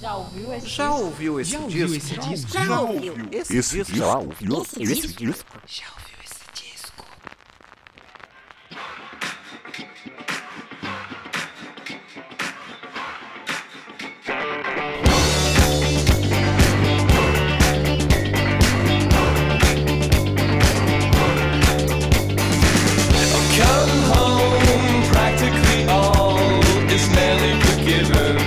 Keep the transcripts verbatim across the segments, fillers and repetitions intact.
Já ouviu esse Já disco? ouviu esse Já disco? ouviu esse disco? Já ouviu esse, Esse disco? já ouviu Esse esse disco? disco? Já ouviu esse disco? Come home, practically all is nearly forgiven.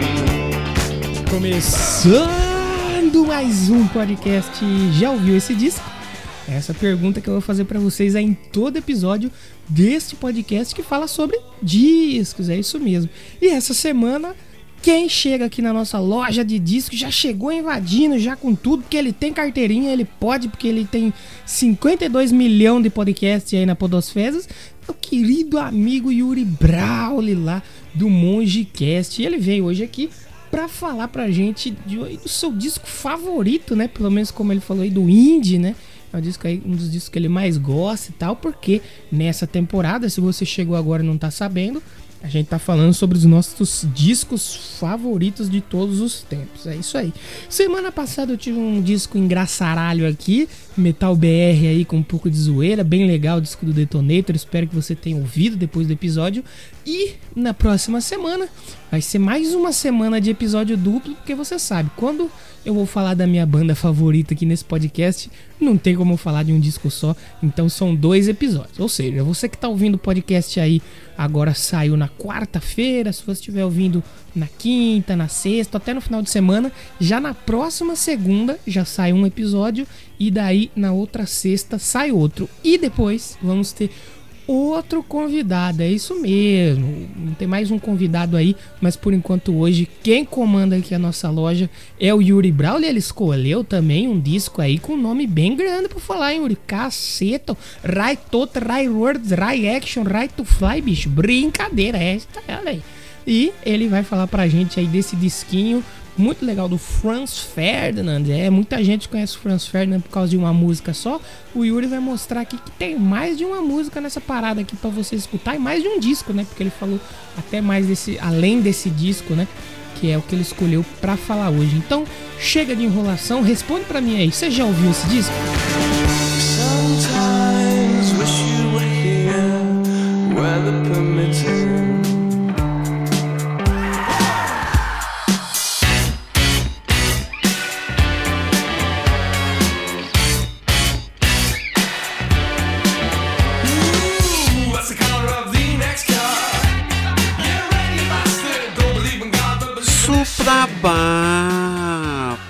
Começando mais um podcast. Já ouviu esse disco? Essa pergunta que eu vou fazer pra vocês é em todo episódio deste podcast que fala sobre discos, é isso mesmo. E essa semana, quem chega aqui na nossa loja de discos já chegou invadindo, já com tudo, porque ele tem carteirinha, ele pode, porque ele tem cinquenta e dois milhões de podcasts aí na Podosfera. O querido amigo Yuri Brawley lá do MongeCast. E ele veio hoje aqui pra falar pra gente de, do seu disco favorito, né? Pelo menos como ele falou aí, do indie, né? É um, disco aí, um dos discos que ele mais gosta e tal, porque nessa temporada, se você chegou agora e não tá sabendo, a gente tá falando sobre os nossos discos favoritos de todos os tempos. É isso aí. Semana passada eu tive um disco engraçaralho aqui, Metal B R aí com um pouco de zoeira, bem legal o disco do Detonator. Espero que você tenha ouvido depois do episódio. E na próxima semana vai ser mais uma semana de episódio duplo, porque você sabe, quando eu vou falar da minha banda favorita aqui nesse podcast, não tem como eu falar de um disco só, então são dois episódios. Ou seja, você que tá ouvindo o podcast aí, agora saiu na quarta-feira, se você estiver ouvindo na quinta, na sexta, até no final de semana, já na próxima segunda já sai um episódio e daí na outra sexta sai outro. E depois vamos ter outro convidado, é isso mesmo, tem mais um convidado aí, mas por enquanto hoje quem comanda aqui a nossa loja é o Yuri Brawley. Ele escolheu também um disco aí com um nome bem grande pra falar, hein, Yuri? Caceta, Right Tot, Right Words, Right Action, Right to Fly, bicho, brincadeira, é essa ela aí. E ele vai falar pra gente aí desse disquinho muito legal do Franz Ferdinand. É, muita gente conhece o Franz Ferdinand por causa de uma música só. O Yuri vai mostrar aqui que tem mais de uma música nessa parada aqui pra você escutar e mais de um disco, né? Porque ele falou até mais desse, além desse disco, né? Que é o que ele escolheu pra falar hoje. Então, chega de enrolação, responde pra mim aí. Você já ouviu esse disco? Sometimes wish you were here, weather permitting. Ooh, that's the color of the next car. Yeah, ready, bastard. Don't believe in God, but believe in Suprabá,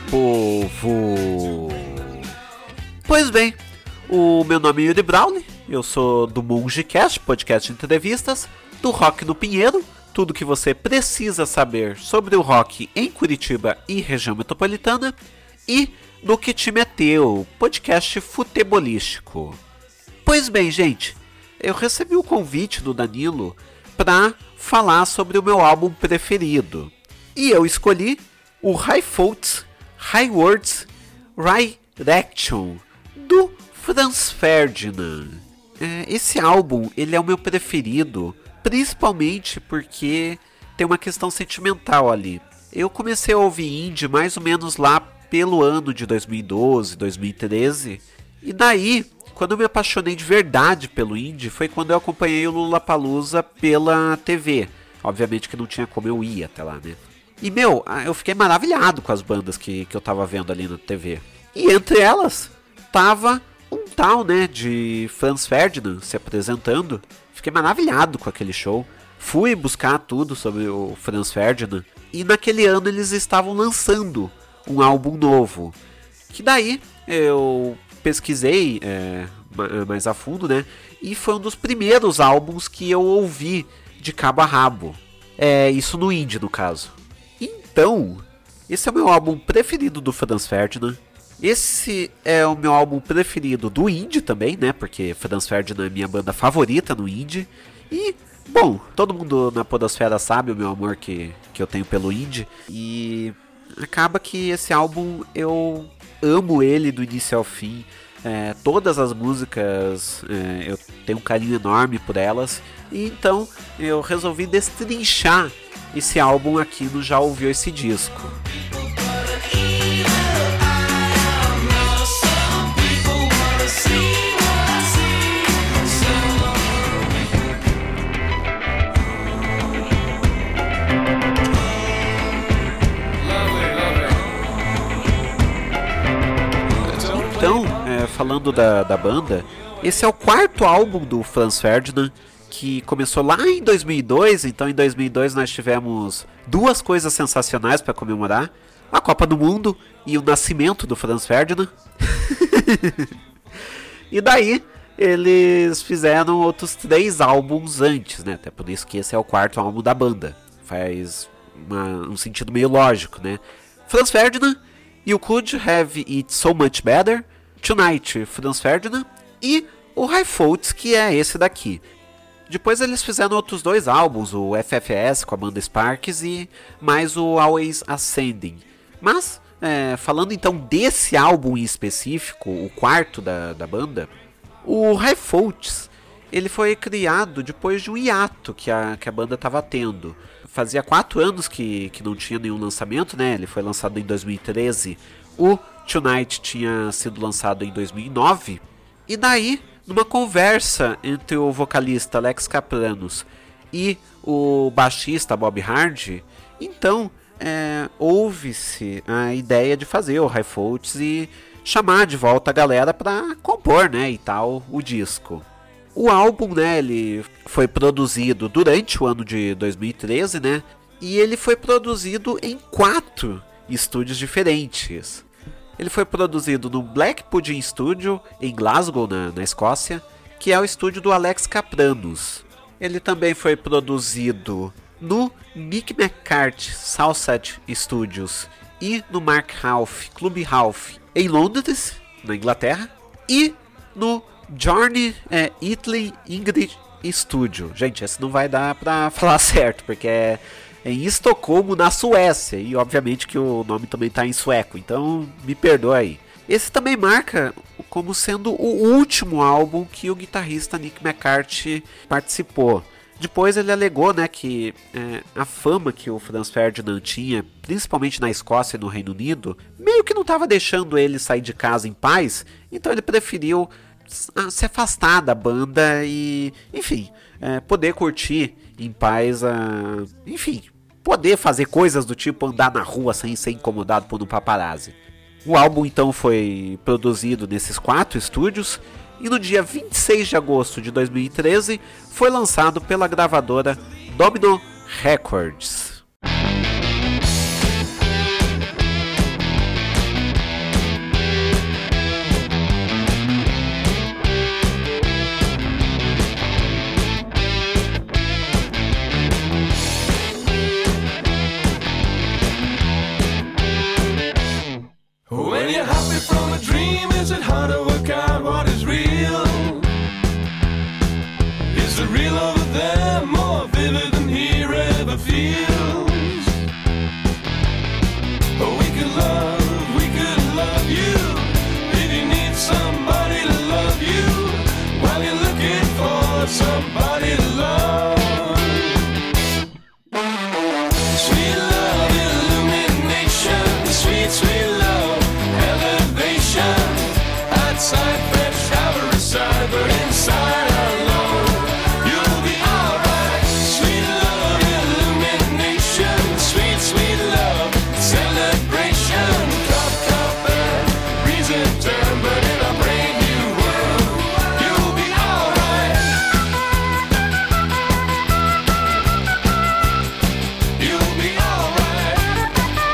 povo! Pois bem, o meu nome é Yuri Brawley, eu sou do MongeCast, podcast de entrevistas, do Rock no Pinheiro, tudo que você precisa saber sobre o rock em Curitiba e região metropolitana, e no Que Time é Teu, podcast futebolístico. Pois bem, gente, eu recebi o convite do Danilo para falar sobre o meu álbum preferido. E eu escolhi o High Thoughts, High Words, Right Action, do Franz Ferdinand. É, esse álbum, ele é o meu preferido, principalmente porque tem uma questão sentimental ali. Eu comecei a ouvir indie mais ou menos lá pelo ano de dois mil e doze, dois mil e treze, e daí, quando eu me apaixonei de verdade pelo indie, foi quando eu acompanhei o Lollapalooza pela T V. Obviamente que não tinha como eu ir até lá, né? E, meu, eu fiquei maravilhado com as bandas que, que eu tava vendo ali na T V. E entre elas, tava um tal, né, de Franz Ferdinand se apresentando. Fiquei maravilhado com aquele show. Fui buscar tudo sobre o Franz Ferdinand. E naquele ano eles estavam lançando um álbum novo. Que daí eu pesquisei é, mais a fundo, né? E foi um dos primeiros álbuns que eu ouvi de cabo a rabo. É, isso no indie, no caso. Então, esse é o meu álbum preferido do Franz Ferdinand. Esse é o meu álbum preferido do indie também, né? Porque Franz Ferdinand é minha banda favorita no indie. E, bom, todo mundo na podosfera sabe o meu amor que, que eu tenho pelo indie. E acaba que esse álbum eu amo ele do início ao fim. É, todas as músicas é, eu tenho um carinho enorme por elas. E então eu resolvi destrinchar esse álbum aqui no Já Ouviu Esse Disco. falando da, da banda, esse é o quarto álbum do Franz Ferdinand, que começou lá em dois mil e dois. Então em dois mil e dois nós tivemos duas coisas sensacionais para comemorar: a Copa do Mundo e o nascimento do Franz Ferdinand. E daí eles fizeram outros três álbuns antes, né? Até por isso que esse é o quarto álbum da banda. Faz uma, um sentido meio lógico, né? Franz Ferdinand, You Could Have It So Much Better, Tonight, Franz Ferdinand e o High Folks, que é esse daqui. Depois eles fizeram outros dois álbuns, o F F S com a banda Sparks e mais o Always Ascending. Mas, é, falando então desse álbum em específico, o quarto da, da banda, o High Folks, ele foi criado depois de um hiato que a, que a banda estava tendo. Fazia quatro anos que, que não tinha nenhum lançamento, né? Ele foi lançado em dois mil e treze, o Tonight tinha sido lançado em dois mil e nove, e daí, numa conversa entre o vocalista Alex Kapranos e o baixista Bob Hardy, então é, houve-se a ideia de fazer o High Folks e chamar de volta a galera para compor, né, e tal, o disco. O álbum, né, ele foi produzido durante o ano de dois mil e treze, né, e ele foi produzido em quatro estúdios diferentes. Ele foi produzido no Black Pudding Studio, em Glasgow, na, na Escócia, que é o estúdio do Alex Kapranos. Ele também foi produzido no Mick McCarthy Salsette Studios e no Mark Ralph Club Ralph, em Londres, na Inglaterra, e no Journey é, Italy Ingrid Studio. Gente, esse não vai dar pra falar certo, porque é em Estocolmo, na Suécia, e obviamente que o nome também está em sueco, então me perdoa aí. Esse também marca como sendo o último álbum que o guitarrista Nick McCarthy participou. Depois ele alegou, né, que é, a fama que o Franz Ferdinand tinha, principalmente na Escócia e no Reino Unido, meio que não estava deixando ele sair de casa em paz, então ele preferiu se afastar da banda e, enfim, é, poder curtir em paz, a, enfim, poder fazer coisas do tipo andar na rua sem ser incomodado por um paparazzi. O álbum então foi produzido nesses quatro estúdios e no dia vinte e seis de agosto de dois mil e treze foi lançado pela gravadora Domino Records. When you're happy from a dream, is it hard to work out what is real? Is the real over there more vivid than here ever feels? Oh, we could love, we could love you, if you need somebody to love you, while you're looking for somebody to love. Sweet love, illumination, sweet, sweet love, elevation. Outside fresh, shower aside, but inside alone, you'll be alright. Sweet love, illumination, sweet, sweet love, celebration. Cup, cup, and reason turn, but in a brand new world, you'll be alright. You'll be alright.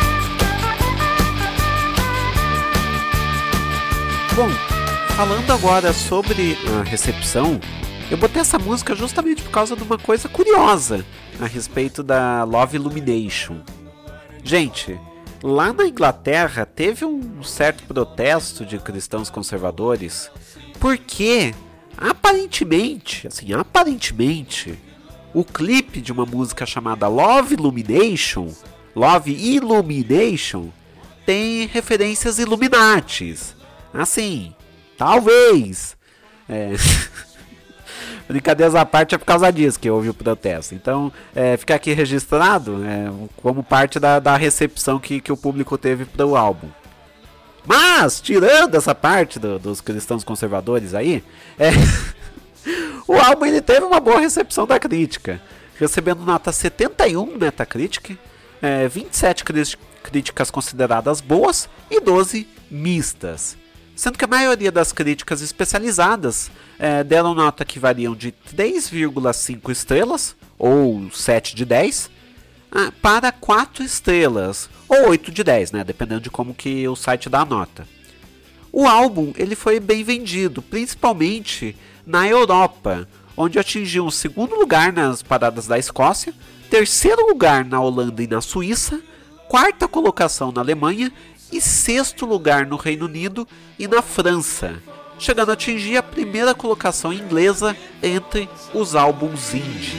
Bom, falando agora sobre a recepção, eu botei essa música justamente por causa de uma coisa curiosa a respeito da Love Illumination. Gente, lá na Inglaterra teve um certo protesto de cristãos conservadores, porque aparentemente, assim, aparentemente, o clipe de uma música chamada Love Illumination, Love Illumination, tem referências Illuminatis. Assim, talvez. É... Brincadeiras à parte, é por causa disso que houve o protesto. Então, é, fica aqui registrado é, como parte da, da recepção que, que o público teve para o álbum. Mas, tirando essa parte do, dos cristãos conservadores aí, é, o álbum ele teve uma boa recepção da crítica, recebendo nota setenta e um no Metacritic, é, vinte e sete críticas consideradas boas e doze mistas. sendo que a maioria das críticas especializadas é, deram nota que variam de três vírgula cinco estrelas, ou sete de dez, para quatro estrelas, ou oito de dez, né, dependendo de como que o site dá a nota. O álbum ele foi bem vendido, principalmente na Europa, onde atingiu o segundo lugar nas paradas da Escócia, terceiro lugar na Holanda e na Suíça, quarta colocação na Alemanha e sexto lugar no Reino Unido e na França, chegando a atingir a primeira colocação inglesa entre os álbuns indie.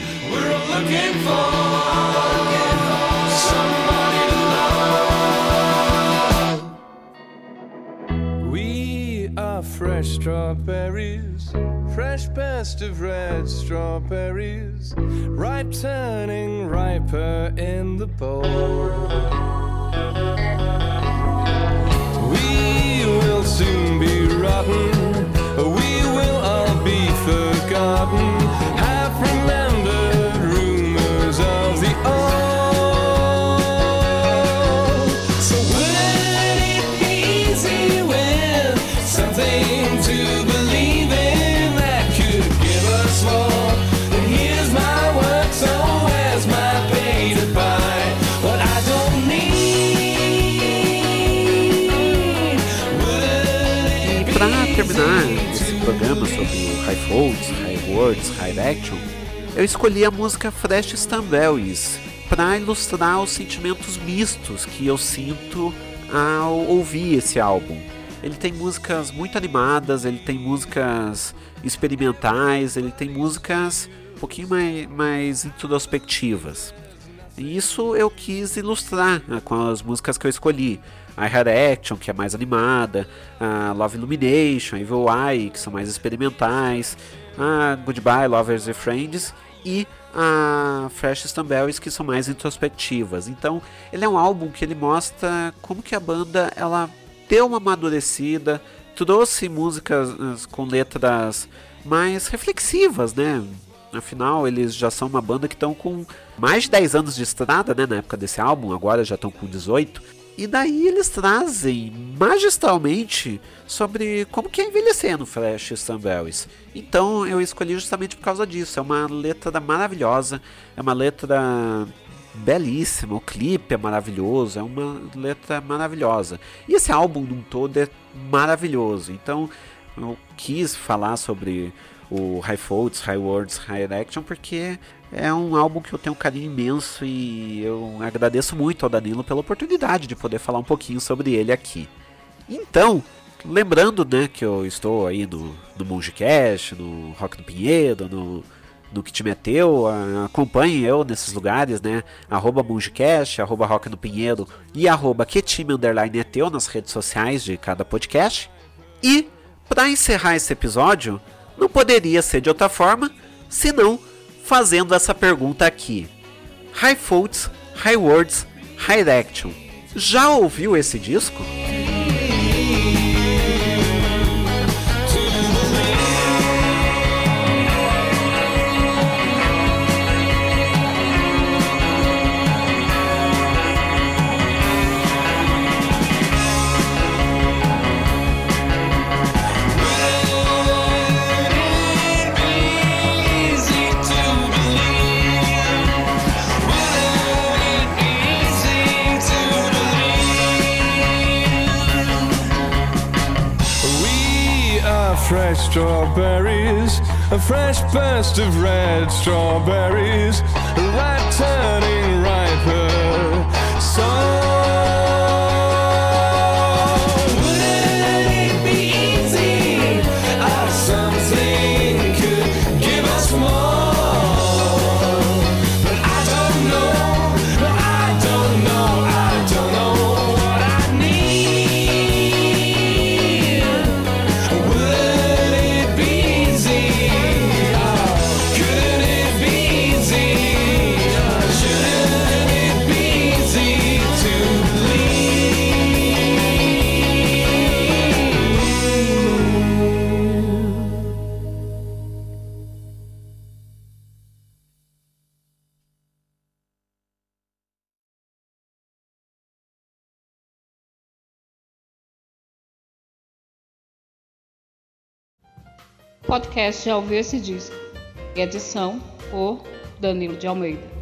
Fresh strawberries, fresh best of red strawberries, ripe turning riper in the bowl. We will soon be rotten, we will all be forgotten, half remembered rumors of the old. So would it be easy with something to believe in that could give us more? And here's my work, so where's my pay to buy what I don't need? E para terminar esse programa sobre o High Folds, High Words, High Action, eu escolhi a música Fresh Strawberries para ilustrar os sentimentos mistos que eu sinto ao ouvir esse álbum. Ele tem músicas muito animadas, ele tem músicas experimentais, ele tem músicas um pouquinho mais, mais introspectivas. E isso eu quis ilustrar, né, com as músicas que eu escolhi. A Hard Action, que é mais animada, a Love Illumination, Evil Eye, que são mais experimentais, a Goodbye, Lovers and Friends e a Fresh Strawberries, que são mais introspectivas. Então ele é um álbum que ele mostra como que a banda ela deu uma amadurecida, trouxe músicas com letras mais reflexivas, né? Afinal, eles já são uma banda que estão com mais de dez anos de estrada, né? Na época desse álbum, agora já estão com dezoito. E daí eles trazem magistralmente sobre como que é envelhecer no Fresh Strawberries. Então eu escolhi justamente por causa disso. É uma letra maravilhosa, é uma letra belíssima, o clipe é maravilhoso, é uma letra maravilhosa. E esse álbum num todo é maravilhoso. Então eu quis falar sobre o High Folds, High Words, High Action porque é um álbum que eu tenho um carinho imenso e eu agradeço muito ao Danilo pela oportunidade de poder falar um pouquinho sobre ele aqui. Então, lembrando, né, que eu estou aí no, no MongeCast, no Rock no Pinheiro, no no que te meteu, acompanhe eu nesses lugares, né, arroba MongeCast, arroba Rock no Pinheiro e arroba QTime underline eteu nas redes sociais de cada podcast. E, para encerrar esse episódio, não poderia ser de outra forma, senão fazendo essa pergunta aqui. High Folds, High Words, High Action. Já ouviu esse disco? Fresh strawberries, a fresh burst of red strawberries, ripe turning riper. So wouldn't it be easy if something could give us more? But I don't know, no, I don't know, I don't know what I need. Would it be easy? Oh, couldn't it be easy? Oh, should it Podcast Já Ouviu Esse Disco? Edição por Danilo de Almeida.